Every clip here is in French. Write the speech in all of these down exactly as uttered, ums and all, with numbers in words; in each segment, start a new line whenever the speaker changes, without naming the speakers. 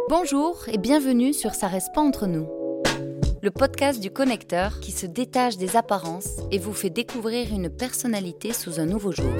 Bonjour et bienvenue sur Ça reste pas entre nous, le podcast du connecteur qui se détache des apparences et vous fait découvrir une personnalité sous un nouveau jour.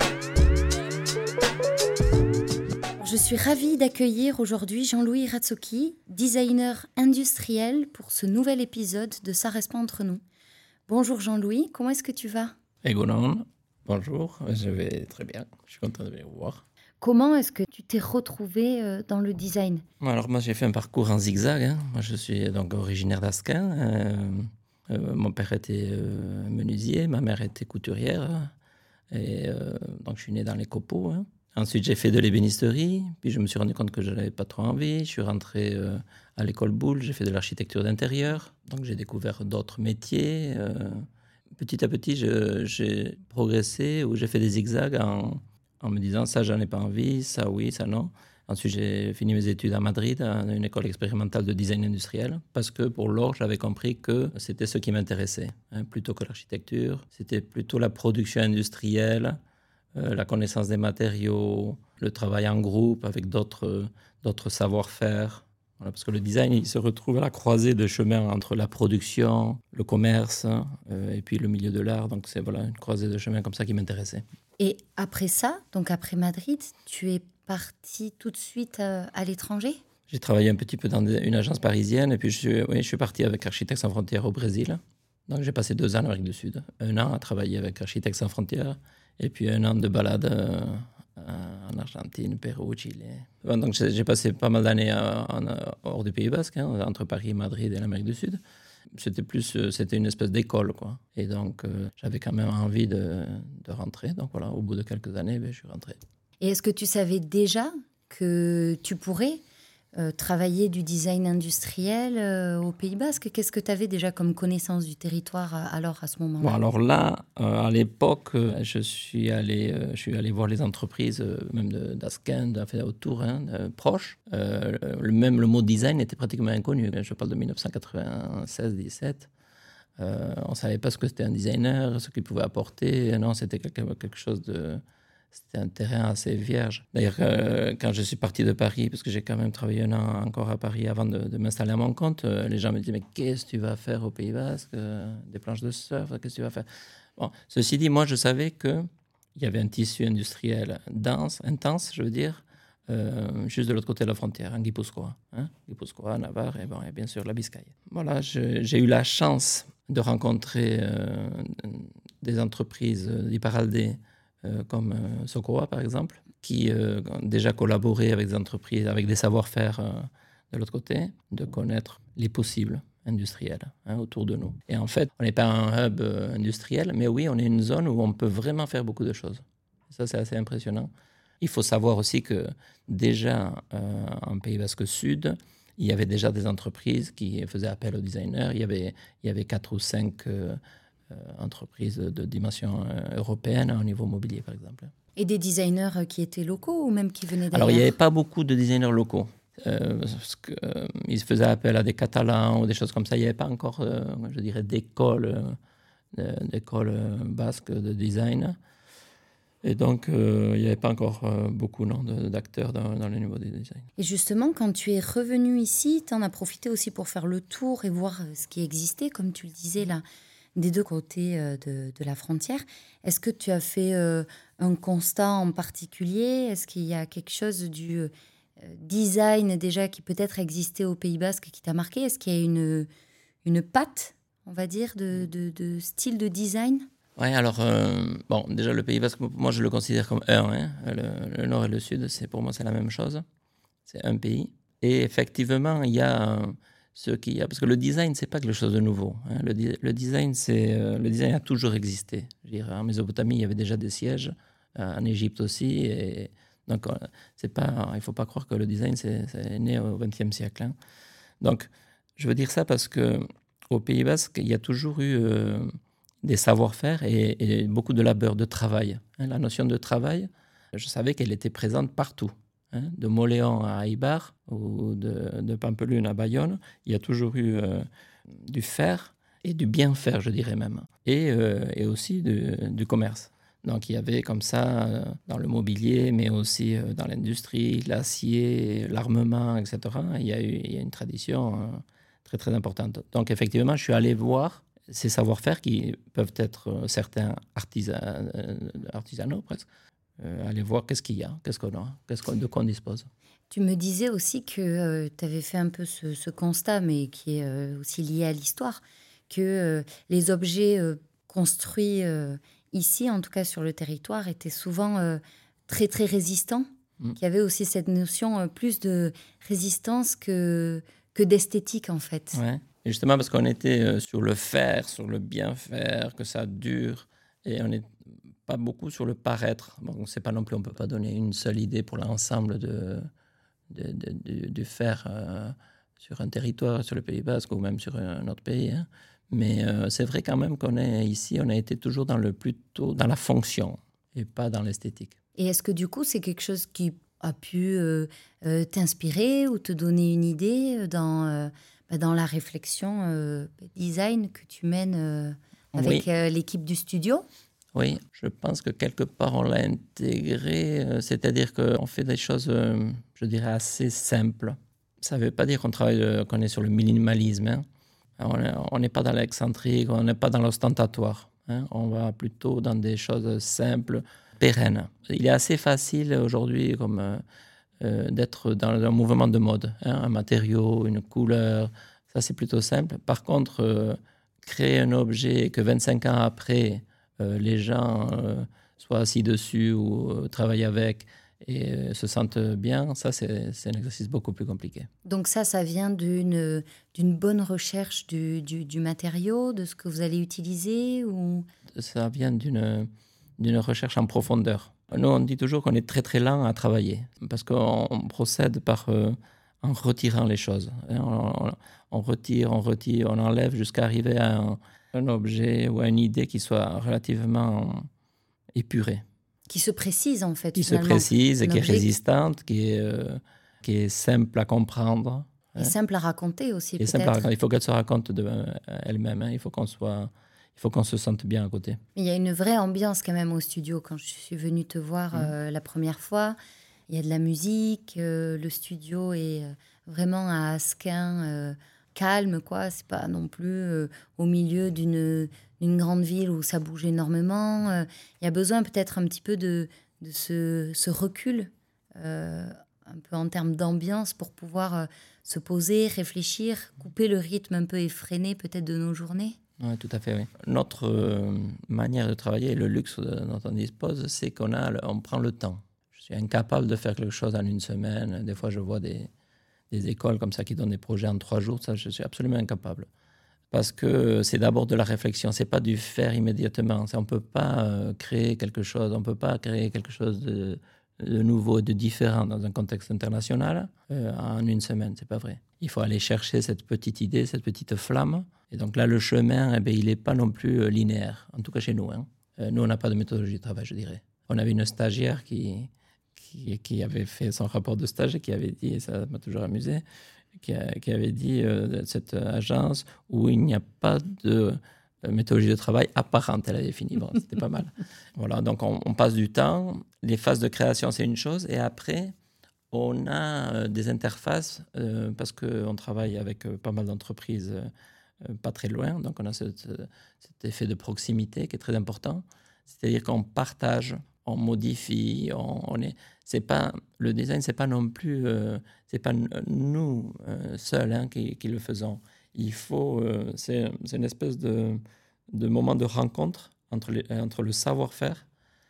Je suis ravie d'accueillir aujourd'hui Jean-Louis Razzochi, designer industriel pour ce nouvel épisode de Ça reste pas entre nous. Bonjour Jean-Louis, comment est-ce que tu vas ?
Egonon, bonjour, je vais très bien, je suis content de vous voir.
Comment est-ce que tu t'es retrouvé euh, dans le design ?
Alors moi j'ai fait un parcours en zigzag, hein. Moi je suis donc originaire d'Asquin, euh, euh, mon père était euh, menuisier, ma mère était couturière, et euh, donc je suis né dans les copeaux. Hein. Ensuite j'ai fait de l'ébénisterie, puis je me suis rendu compte que je n'avais pas trop envie, je suis rentré euh, à l'école Boulle, j'ai fait de l'architecture d'intérieur, donc j'ai découvert d'autres métiers. Euh, petit à petit je, j'ai progressé, ou j'ai fait des zigzags en... en me disant ça j'en ai pas envie, ça oui, ça non. Ensuite j'ai fini mes études à Madrid, à une école expérimentale de design industriel, parce que pour lors j'avais compris que c'était ce qui m'intéressait, hein, plutôt que l'architecture. C'était plutôt la production industrielle, euh, la connaissance des matériaux, le travail en groupe avec d'autres, d'autres savoir-faire. Voilà, parce que le design, il se retrouve à la croisée de chemin entre la production, le commerce euh, et puis le milieu de l'art. Donc c'est voilà, une croisée de chemin comme ça qui m'intéressait.
Et après ça, donc après Madrid, tu es parti tout de suite à, à l'étranger ?
J'ai travaillé un petit peu dans une agence parisienne et puis je suis, oui, je suis parti avec Architectes sans frontières au Brésil. Donc j'ai passé deux ans en Amérique du Sud. Un an à travailler avec Architectes sans frontières et puis un an de balade euh, en Argentine, Pérou, Chili. Donc j'ai, j'ai passé pas mal d'années en, en, hors du Pays Basque, hein, entre Paris, Madrid et l'Amérique du Sud. C'était plus, c'était une espèce d'école, quoi. Et donc, euh, j'avais quand même envie de, de rentrer. Donc voilà, au bout de quelques années, ben, je suis rentré.
Et est-ce que tu savais déjà que tu pourrais euh, travailler du design industriel euh, au Pays Basque ? Qu'est-ce que tu avais déjà comme connaissance du territoire euh, alors à ce moment-là ?
Bon, alors là, euh, à l'époque, euh, je suis allé, euh, je suis allé voir les entreprises, euh, même de, d'Asquin, de, autour, hein, de, proches. Euh, le, même le mot design était pratiquement inconnu. Je parle de dix-neuf cent quatre-vingt-seize dix-sept. Euh, on ne savait pas ce que c'était un designer, ce qu'il pouvait apporter. Non, c'était quelque, quelque chose de... C'était un terrain assez vierge. D'ailleurs, euh, quand je suis parti de Paris, parce que j'ai quand même travaillé un an encore à Paris avant de, de m'installer à mon compte, euh, les gens me disaient « Mais qu'est-ce que tu vas faire au Pays Basque ? Des planches de surf, qu'est-ce que tu vas faire ?» Bon, ceci dit, moi, je savais qu'il y avait un tissu industriel dense, intense, je veux dire, euh, juste de l'autre côté de la frontière, en Guipuscoa. Hein, Guipuscoa, Navarre et, bon, et bien sûr la Biscaye. Voilà, je, j'ai eu la chance de rencontrer euh, des entreprises d'Iparralde, Euh, comme euh, Sokoa, par exemple, qui euh, ont déjà collaboré avec des entreprises, avec des savoir-faire euh, de l'autre côté, de connaître les possibles industriels hein, autour de nous. Et en fait, on n'est pas un hub euh, industriel, mais oui, on est une zone où on peut vraiment faire beaucoup de choses. Ça, c'est assez impressionnant. Il faut savoir aussi que déjà, euh, en Pays Basque Sud, il y avait déjà des entreprises qui faisaient appel aux designers. Il y avait, il y avait quatre ou cinq... Euh, Euh, entreprises de dimension euh, européenne au niveau mobilier, par exemple.
Et des designers qui étaient locaux ou même qui venaient d'ailleurs ?
Alors, il n'y avait pas beaucoup de designers locaux. Euh, parce que, euh, ils faisaient appel à des Catalans ou des choses comme ça. Il n'y avait pas encore, euh, je dirais, d'école, euh, d'école basque de design. Et donc, euh, il n'y avait pas encore euh, beaucoup non, de, d'acteurs dans, dans le niveau du design.
Et justement, quand tu es revenu ici, tu en as profité aussi pour faire le tour et voir ce qui existait, comme tu le disais là, des deux côtés de, de la frontière. Est-ce que tu as fait euh, un constat en particulier ? Est-ce qu'il y a quelque chose du euh, design déjà qui peut-être existait au Pays Basque qui t'a marqué ? Est-ce qu'il y a une, une patte, on va dire, de, de, de style de design ?
Oui, alors, euh, bon, déjà le Pays Basque, moi je le considère comme un. Hein. Le, le nord et le sud, c'est, pour moi c'est la même chose. C'est un pays. Et effectivement, il y a... Euh, Ce qui a, parce que le design, c'est pas quelque chose de nouveau. Hein. Le, le, design, c'est, euh, le design a toujours existé. Je veux dire, en Mésopotamie, il y avait déjà des sièges, euh, en Égypte aussi. Et donc, euh, c'est pas, il ne faut pas croire que le design, c'est, c'est né au vingtième siècle. Hein. Donc, je veux dire ça parce qu'au Pays Basque, il y a toujours eu euh, des savoir-faire et, et beaucoup de labeur, de travail. Hein. La notion de travail, je savais qu'elle était présente partout. Hein, de Moléon à Eibar ou de, de Pampelune à Bayonne, il y a toujours eu euh, du faire et du bien faire, je dirais même, et, euh, et aussi du, du commerce. Donc il y avait comme ça, euh, dans le mobilier, mais aussi euh, dans l'industrie, l'acier, l'armement, et cetera. Il y a, eu, il y a une tradition euh, très très importante. Donc effectivement, je suis allé voir ces savoir-faire qui peuvent être euh, certains artisan, euh, artisanaux presque. Euh, aller voir qu'est-ce qu'il y a, qu'est-ce qu'on a, qu'est-ce qu'on, de quoi on dispose.
Tu me disais aussi que euh, tu avais fait un peu ce, ce constat, mais qui est euh, aussi lié à l'histoire, que euh, les objets euh, construits euh, ici, en tout cas sur le territoire, étaient souvent euh, très très résistants,
Mm.
qu'il y avait aussi cette notion euh, plus de résistance que, que d'esthétique en fait.
Ouais. Et justement parce qu'on était euh, sur le faire, sur le bien faire, que ça dure, et on n'est pas beaucoup sur le paraître. Bon, on sait pas non plus, on peut pas donner une seule idée pour l'ensemble de, de, de, de- du faire euh, sur un territoire, sur le Pays Basque ou même sur un autre pays. Hein. Mais euh, c'est vrai quand même qu'on est ici, on a été toujours dans le plutôt dans la fonction et pas dans l'esthétique.
Et est-ce que du coup, c'est quelque chose qui a pu euh, euh, t'inspirer ou te donner une idée dans, euh, bah, dans la réflexion euh, design que tu mènes euh, avec
Oui.
euh, l'équipe du studio?
Oui, je pense que quelque part on l'a intégré, euh, c'est-à-dire qu'on fait des choses, euh, je dirais, assez simples. Ça ne veut pas dire qu'on travaille, euh, qu'on est sur le minimalisme. Hein. On est- on n'est pas dans l'excentrique, on n'est pas dans l'ostentatoire. Hein. On va plutôt dans des choses simples, pérennes. Il est assez facile aujourd'hui comme, euh, euh, d'être dans un mouvement de mode. Hein. Un matériau, une couleur, ça c'est plutôt simple. Par contre, euh, créer un objet que vingt-cinq ans après, euh, les gens euh, soient assis dessus ou euh, travaillent avec et euh, se sentent bien, ça c'est, c'est un exercice beaucoup plus compliqué.
Donc ça, ça vient d'une, d'une bonne recherche du, du, du matériau, de ce que vous allez utiliser ou...
Ça vient d'une, d'une recherche en profondeur. Nous, on dit toujours qu'on est très très lent à travailler parce qu'on on procède par, euh, en retirant les choses. Hein. On, on- on retire, on retire, on enlève jusqu'à arriver à un, un objet ou à une idée qui soit relativement épurée,
qui se précise en fait
qui se
finalement.
précise et
Un
qui est
objet
résistante, qui est, euh, qui est simple à comprendre.
est simple à raconter aussi
Et simple à
peut-être.
raconter. Il faut qu'elle se raconte de, euh, elle-même. Hein. Il faut qu'on soit, il faut qu'on se sente bien à côté.
Il y a une vraie ambiance quand même au studio. Quand je suis venue te voir
Mmh.
euh, la première fois, il y a de la musique, euh, le studio est euh, vraiment à Asquin, euh, calme, quoi. C'est pas non plus euh, au milieu d'une, d'une grande ville où ça bouge énormément. Euh, il y a besoin peut-être un petit peu de, de ce, ce recul, euh, un peu en termes d'ambiance, pour pouvoir euh, se poser, réfléchir, couper le rythme un peu effréné peut-être de nos journées.
Oui, tout à fait, oui. Notre euh, manière de travailler, le luxe dont on dispose, c'est qu'on a, le- on prend le temps. Je suis incapable de faire quelque chose en une semaine. Des fois, je vois des, des écoles comme ça qui donnent des projets en trois jours. Ça, je suis absolument incapable. Parce que c'est d'abord de la réflexion. C'est pas du faire immédiatement. C'est- On peut pas euh, créer quelque chose. On peut pas créer quelque chose de, de nouveau, de différent dans un contexte international euh, en une semaine. C'est pas vrai. Il faut aller chercher cette petite idée, cette petite flamme. Et donc là, le chemin, eh bien, il n'est pas non plus euh, linéaire. En tout cas chez nous. Hein. Euh, nous, on n'a pas de méthodologie de travail, je dirais. On avait une stagiaire qui, qui, qui avait fait son rapport de stage et qui avait dit, et ça m'a toujours amusé, qui, a- qui avait dit euh, cette agence où il n'y a pas de euh, méthodologie de travail apparente. Elle avait fini. Bon, c'était pas mal. Voilà, donc on, on passe du temps. Les phases de création, c'est une chose. Et après, on a euh, des interfaces euh, parce qu'on travaille avec euh, pas mal d'entreprises euh, euh, pas très loin. Donc on a ce- ce- cet effet de proximité qui est très important. C'est-à-dire qu'on partage, on modifie, on, on est. C'est pas le design, c'est pas non plus, euh, c'est pas n- nous euh, seuls hein, qui, qui le faisons. Il faut, euh, c'est, c'est une espèce de, de moment de rencontre entre, les- entre le savoir-faire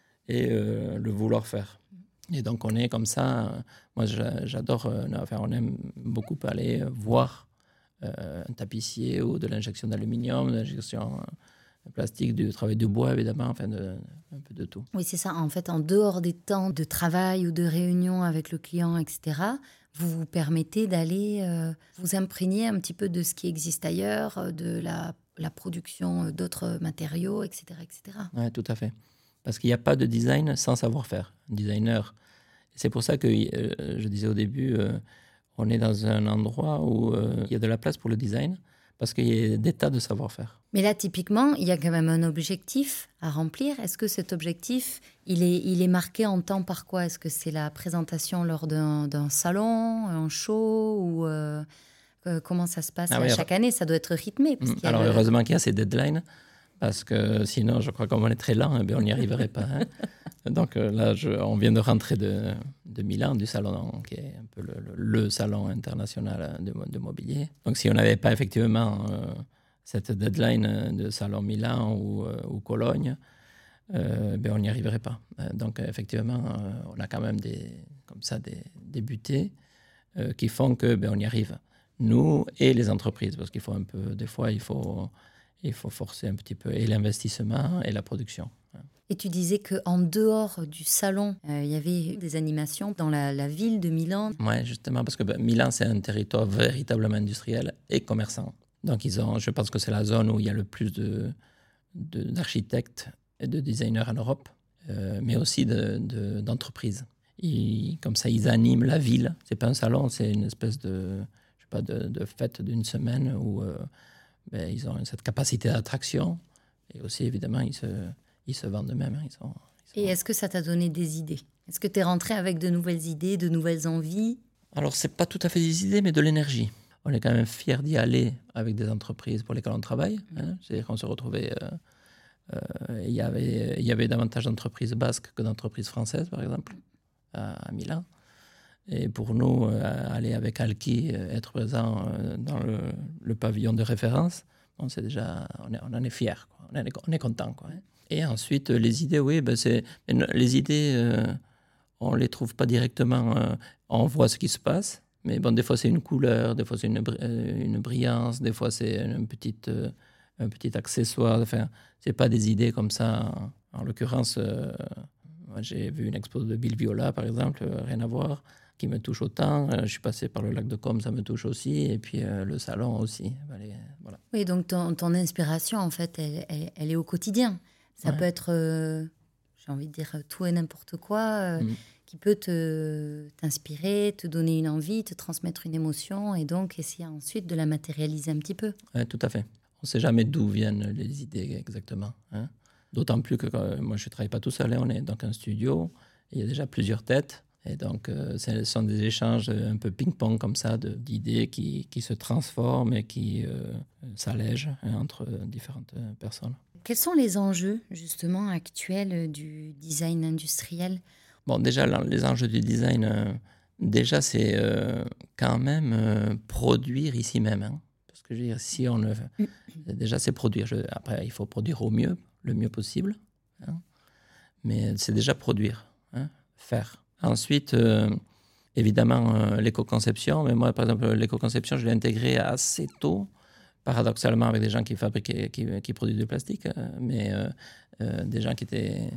et euh, le vouloir faire. Et donc on est comme ça. euh, Moi j'a- j'adore, euh, enfin on aime beaucoup aller euh, voir euh, un tapissier ou de l'injection d'aluminium, de l'injection euh, plastique, du travail de bois évidemment, enfin de, un peu de tout.
Oui, c'est ça. En fait, en dehors des temps de travail ou de réunion avec le client, et cetera, vous vous permettez d'aller euh, vous imprégner un petit peu de ce qui existe ailleurs, euh, de la, la production euh, d'autres matériaux, et cetera, et cetera.
Ouais, tout à fait. Parce qu'il n'y a pas de design sans savoir-faire. Un designer. C'est pour ça que euh, je disais au début, euh, on est dans un endroit où euh, il y a de la place pour le design, parce qu'il y a des tas de savoir-faire.
Mais là, typiquement, il y a quand même un objectif à remplir. Est-ce que cet objectif, il est, il est marqué en temps par quoi? Est-ce que c'est la présentation lors d'un, d'un salon, un show ou euh, euh, comment ça se passe?
Ah
Là,
oui,
chaque année, ça doit être rythmé. Parce qu'il y a
Alors,
le-
heureusement qu'il y a ces deadlines, parce que sinon, je crois qu'on est très lent, eh bien, on n'y arriverait pas. Hein. Donc euh, là, je, on vient de rentrer de, de Milan, du salon, qui est un peu le, le, le salon international de, de mobilier. Donc si on n'avait pas effectivement euh, cette deadline de salon Milan ou, euh, ou Cologne, euh, ben, on n'y arriverait pas. Euh, donc effectivement, euh, on a quand même des, comme ça, des, des butées euh, qui font que ben, on y arrive. Nous et les entreprises, parce qu'il faut un peu, des fois, il faut, il faut forcer un petit peu et l'investissement et la production.
Et tu disais qu'en dehors du salon, euh, il y avait des animations dans la, la ville de Milan.
Oui, justement, parce que ben, Milan, c'est un territoire véritablement industriel et commerçant. Donc, ils ont, je pense que c'est la zone où il y a le plus de, de, d'architectes et de designers en Europe, euh, mais aussi de, de, d'entreprises. Ils, comme ça, ils animent la ville. Ce n'est pas un salon, c'est une espèce de, je sais pas, de, de fête d'une semaine où euh, ben, ils ont cette capacité d'attraction. Et aussi, évidemment, ils se, ils se vendent eux-mêmes. Hein. Ils sont, ils sont...
Et est-ce que ça t'a donné des idées? Est-ce que tu es rentré avec de nouvelles idées, de nouvelles envies?
Alors, ce n'est pas tout à fait des idées, mais de l'énergie. On est quand même fiers d'y aller avec des entreprises pour lesquelles on travaille. Hein. C'est-à-dire qu'on se retrouvait... Euh, euh, il y avait, il y avait davantage d'entreprises basques que d'entreprises françaises, par exemple, à, à Milan. Et pour nous, euh, aller avec Alki, euh, être présent euh, dans le, le pavillon de référence, bon, c'est déjà, on, est, on en est fiers, quoi. On, est, on est content, quoi. Et ensuite, les idées, oui, ben c'est, les idées, euh, on ne les trouve pas directement. Euh, on voit ce qui se passe, mais bon, des fois, c'est une couleur, des fois, c'est une, une brillance, des fois, c'est une petite, euh, un petit accessoire. Enfin, ce n'est pas des idées comme ça. En l'occurrence, euh, moi, j'ai vu une expo de Bill Viola, par exemple, euh, rien à voir, qui me touche autant. Euh, je suis passé par le lac de Com, ça me touche aussi. Et puis euh, le salon aussi. Allez, voilà.
Oui, donc ton, ton inspiration, en fait, elle, elle, elle est au quotidien. Ça ouais. peut être, euh, j'ai envie de dire, tout et n'importe quoi, euh, mmh. qui peut te, t'inspirer, te donner une envie, te transmettre une émotion et donc essayer ensuite de la matérialiser un petit peu.
Oui, tout à fait. On ne sait jamais d'où viennent les idées exactement. Hein. D'autant plus que quand, moi, je ne travaille pas tout seul. Hein. On est dans un studio, il y a déjà plusieurs têtes. Et donc, euh, ce sont des échanges un peu ping-pong comme ça, de, d'idées qui, qui se transforment et qui euh, s'allègent hein, entre différentes personnes.
Quels sont les enjeux, justement, actuels du design industriel?
Bon, déjà, les enjeux du design, euh, déjà, c'est euh, quand même euh, produire ici même. Hein. Parce que je veux dire, si on ne... Déjà, c'est produire. Je, après, il faut produire au mieux, le mieux possible. Hein. Mais c'est déjà produire, hein, faire. Ensuite, euh, évidemment, euh, l'éco-conception. Mais moi, par exemple, l'éco-conception, je l'ai intégrée assez tôt, paradoxalement, avec des gens qui fabriquaient, qui, qui produisent du plastique, euh, mais euh, euh, des gens qui étaient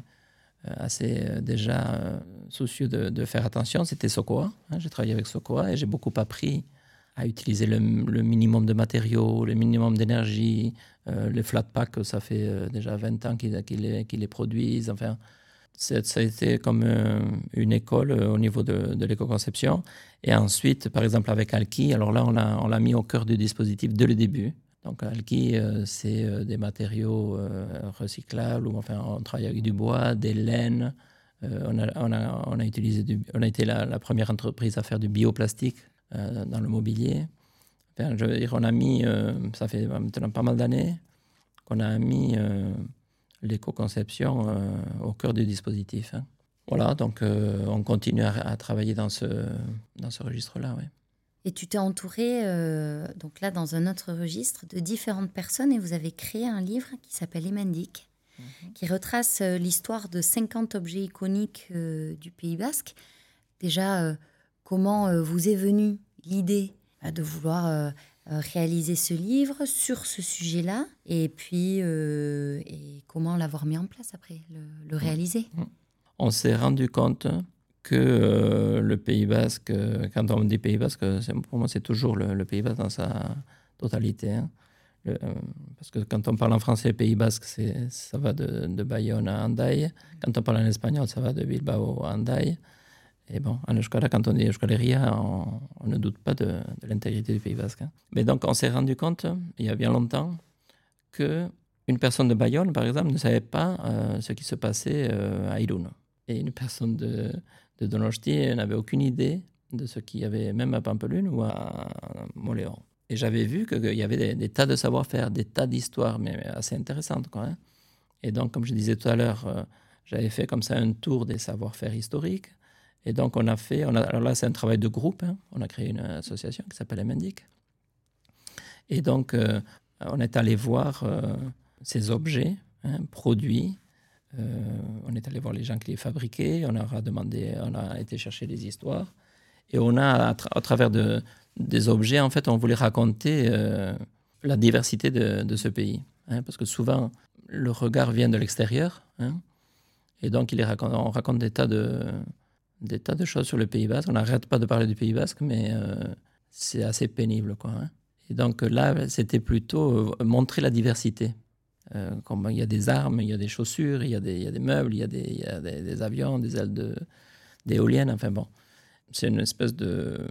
assez euh, déjà euh, soucieux de, de faire attention. C'était Sokoa. Hein, j'ai travaillé avec Sokoa et j'ai beaucoup appris à utiliser le, le minimum de matériaux, le minimum d'énergie. Euh, les flat packs, ça fait euh, déjà vingt ans qu'ils, qu'ils, les, qu'ils les produisent. Enfin, c'est, ça a été comme euh, une école euh, au niveau de, de l'éco-conception. Et ensuite, par exemple, avec Alki, alors là, on l'a, on l'a mis au cœur du dispositif dès le début. Donc, Alki, euh, c'est euh, des matériaux euh, recyclables. Ou, enfin, on travaille avec du bois, des laines. Euh, on, a, on, a, on, a utilisé du, on a été la, la première entreprise à faire du bioplastique euh, dans le mobilier. Enfin, je veux dire, on a mis, euh, ça fait maintenant pas mal d'années, qu'on a mis euh, l'éco-conception euh, au cœur du dispositif. Hein. Voilà, donc euh, on continue à, à travailler dans ce, dans ce registre-là, oui.
Et tu t'es entouré, euh, donc là, dans un autre registre, de différentes personnes et vous avez créé un livre qui s'appelle Emendik, mmh. qui retrace euh, l'histoire de cinquante objets iconiques euh, du Pays Basque. Déjà, euh, comment euh, vous est venue l'idée euh, de vouloir euh, réaliser ce livre sur ce sujet-là et puis euh, et comment l'avoir mis en place après, le, le réaliser?
Mmh. On s'est rendu compte que euh, le Pays Basque, euh, quand on dit Pays Basque, c'est, pour moi c'est toujours le, le Pays Basque dans sa totalité. Hein. Le, euh, parce que quand on parle en français, Pays Basque, c'est, ça va de, de Bayonne à Hendaye. Quand on parle en espagnol, ça va de Bilbao à Hendaye. Et bon, en Euskara, quand on dit Euskaleria, on, on ne doute pas de, de l'intégrité du Pays Basque. Hein. Mais donc, on s'est rendu compte, il y a bien longtemps, qu'une personne de Bayonne, par exemple, ne savait pas euh, ce qui se passait euh, à Irún. Et une personne de, de Donosti n'avait aucune idée de ce qu'il y avait même à Pampelune ou à Moléon. Et j'avais vu qu'il y avait des, des tas de savoir-faire, des tas d'histoires, mais assez intéressantes, quoi. Hein. Et donc, comme je disais tout à l'heure, euh, j'avais fait comme ça un tour des savoir-faire historiques. Et donc, on a fait... On a, alors là, c'est un travail de groupe. Hein. On a créé une association qui s'appelle Emendic. Et donc, euh, on est allé voir euh, ces objets, hein, produits. Euh, on est allé voir les gens qui les fabriquaient. On leur a demandé... On a été chercher des histoires. Et on a, à, tra- à travers de, des objets, en fait, on voulait raconter euh, la diversité de, de ce pays. Hein, parce que souvent, le regard vient de l'extérieur. Hein, et donc, il est raconte, on raconte des tas, de, des tas de choses sur le Pays Basque. On n'arrête pas de parler du Pays Basque, mais euh, c'est assez pénible, quoi. Hein. Et donc là, c'était plutôt euh, montrer la diversité. Euh, comme il y a des armes, il y a des chaussures, il y a des, il y a des meubles, il y a des, il y a des, des avions, des ailes de, d'éoliennes, enfin bon. C'est une espèce de,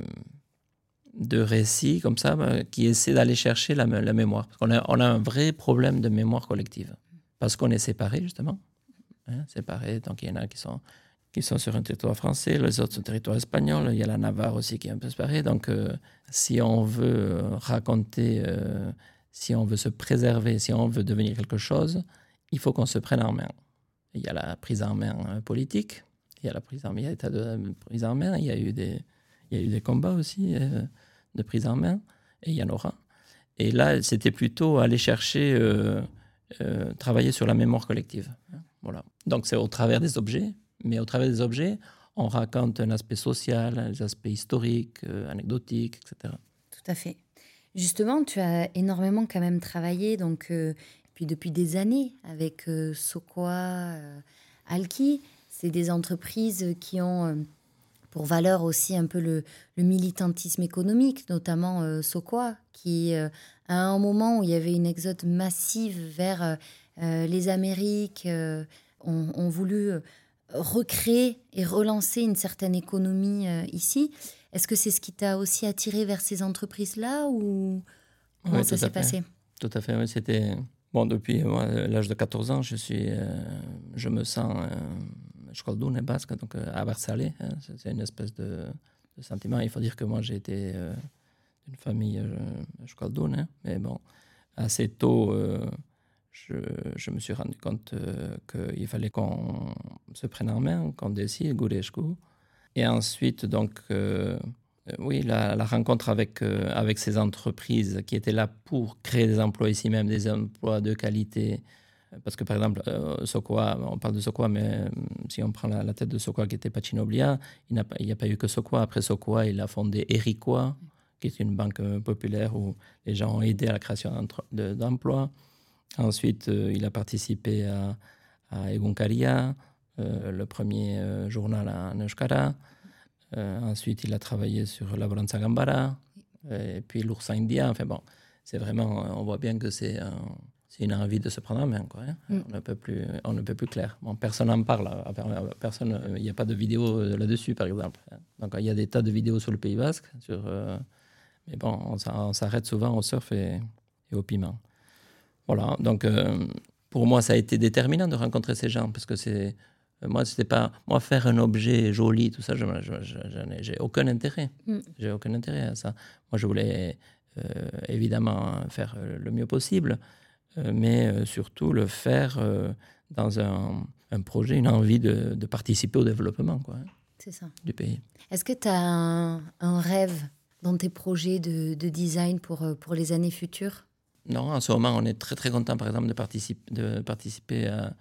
de récit comme ça bah, qui essaie d'aller chercher la, la mémoire. Parce qu'on a, on a un vrai problème de mémoire collective. Parce qu'on est séparés, justement. Hein, séparés, donc il y en a qui sont, qui sont sur un territoire français, les autres sur un territoire espagnol. Il y a la Navarre aussi qui est un peu séparée. Donc euh, si on veut raconter, euh, si on veut se préserver, si on veut devenir quelque chose, il faut qu'on se prenne en main. Il y a la prise en main euh, politique. Il y a la prise en main, il y a l'état de prise en main, il y a eu des, il y a eu des combats aussi euh, de prise en main, et il y en aura. Et là, c'était plutôt aller chercher, euh, euh, travailler sur la mémoire collective. Hein, voilà. Donc c'est au travers des objets, mais au travers des objets, on raconte un aspect social, des aspects historiques, euh, anecdotiques, et cetera.
Tout à fait. Justement, tu as énormément quand même travaillé, donc, euh, puis depuis des années, avec euh, Sokoa, euh, Alki. C'est des entreprises qui ont euh, pour valeur aussi un peu le, le militantisme économique, notamment euh, Sokoa, qui, euh, à un moment où il y avait une exode massive vers euh, euh, les Amériques, euh, ont, ont voulu euh, recréer et relancer une certaine économie euh, ici. Est-ce que c'est ce qui t'a aussi attiré vers ces entreprises-là ou comment
Oui,
ça
tout à
s'est
fait.
passé?
Tout à fait, oui, c'était... Bon, depuis moi, l'âge de quatorze ans, je, suis, euh, je me sens euskaldun et basque, donc euh, abertzale. Hein, c'est, c'est une espèce de, de sentiment. Il faut dire que moi, j'ai été euh, d'une famille euh, euskaldun, hein, mais bon, assez tôt, euh, je, je me suis rendu compte euh, qu'il fallait qu'on se prenne en main, qu'on décide, Gureshku. Et ensuite, donc... Euh, Oui, la, la rencontre avec, euh, avec ces entreprises qui étaient là pour créer des emplois ici même, des emplois de qualité. Parce que par exemple, euh, Sokoa, on parle de Sokoa, mais euh, si on prend la, la tête de Sokoa qui était Pachinoblia, il n'y a, a pas eu que Sokoa. Après Sokoa, il a fondé Ericoa, qui est une banque euh, populaire où les gens ont aidé à la création de, d'emplois. Ensuite, euh, il a participé à, à Egunkaria, euh, le premier euh, journal en Euskara. Euh, ensuite, il a travaillé sur la Balanza Gambara, et puis l'ours indien. Enfin bon, c'est vraiment, on voit bien que c'est, un, c'est une envie de se prendre en main, quoi. Hein. Mm. On ne peut plus, on ne peut plus clair. Bon, personne n'en parle. Personne, il n'y a pas de vidéo là-dessus, par exemple. Donc, il y a des tas de vidéos sur le Pays Basque, sur, euh, mais bon, on, on s'arrête souvent au surf et, et au piment. Voilà. Donc, euh, pour moi, ça a été déterminant de rencontrer ces gens, parce que c'est Moi, c'était pas moi faire un objet joli, tout ça. Je, je, je, je n'ai, j'ai aucun intérêt. Mm. J'ai aucun intérêt à ça. Moi, je voulais euh, évidemment faire le mieux possible, euh, mais euh, surtout le faire euh, dans un, un projet, une envie de, de participer au développement, quoi,
c'est ça,
du pays.
Est-ce que tu as un, un rêve dans tes projets de, de design pour, pour les années futures?
Non, en ce moment, on est très très content, par exemple, de, participe, de participer à,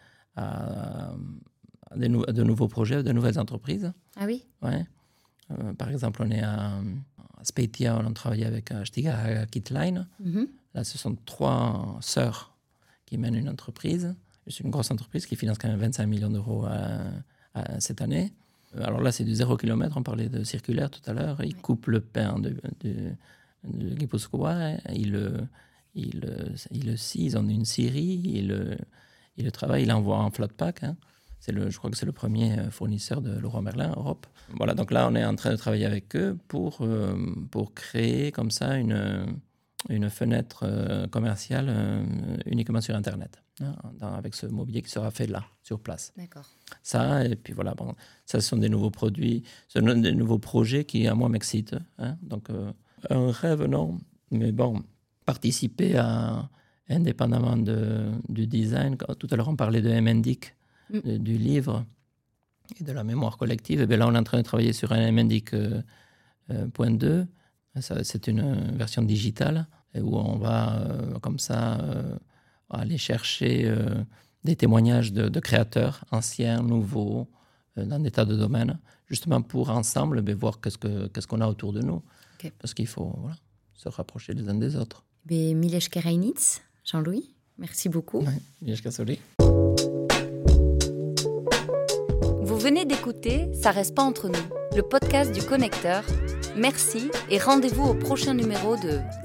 à De, nou- de nouveaux projets, de nouvelles entreprises.
Ah oui?
Ouais. Euh, par exemple, on est à, à Speitia, on a travaillé avec uh, Stiga Kitline. Mm-hmm. Là, ce sont trois sœurs qui mènent une entreprise. C'est une grosse entreprise qui finance quand même vingt-cinq millions d'euros à, à cette année. Alors là, c'est du zéro kilomètre. On parlait de circulaire tout à l'heure. Ils ouais. coupent le pain de, de, de Gipuzkoa. Ils le, ils, le, ils le scient. Ils ont une scierie. Ils le, ils le travaillent. Ils l'envoient en flat pack. Hein. C'est le, je crois que c'est le premier fournisseur de Leroy Merlin en Europe. Voilà, donc là, on est en train de travailler avec eux pour, euh, pour créer comme ça une, une fenêtre euh, commerciale euh, uniquement sur Internet, hein, dans, avec ce mobilier qui sera fait là, sur place.
D'accord.
Ça, et puis voilà, bon, ça, ce sont des nouveaux produits, ce sont des nouveaux projets qui, à moi, m'excitent. Hein, donc, euh, un rêve, non, mais bon, participer à, indépendamment de, du design, tout à l'heure, on parlait de Hemendik, de, du livre et de la mémoire collective. Et bien là, on est en train de travailler sur un Hemendik euh, euh, point deux. Ça, c'est une version digitale où on va, euh, comme ça, euh, aller chercher euh, des témoignages de, de créateurs anciens, nouveaux, euh, dans des tas de domaines, justement pour ensemble ben, voir qu'est-ce, que, qu'est-ce qu'on a autour de nous. Okay. Parce qu'il faut voilà, se rapprocher les uns des autres.
Ben, Mileșca Rainiț, Jean-Louis, merci beaucoup.
Ouais, Mileșca Soli.
Vous venez d'écouter Ça reste pas entre nous, le podcast du Connecteur. Merci et rendez-vous au prochain numéro de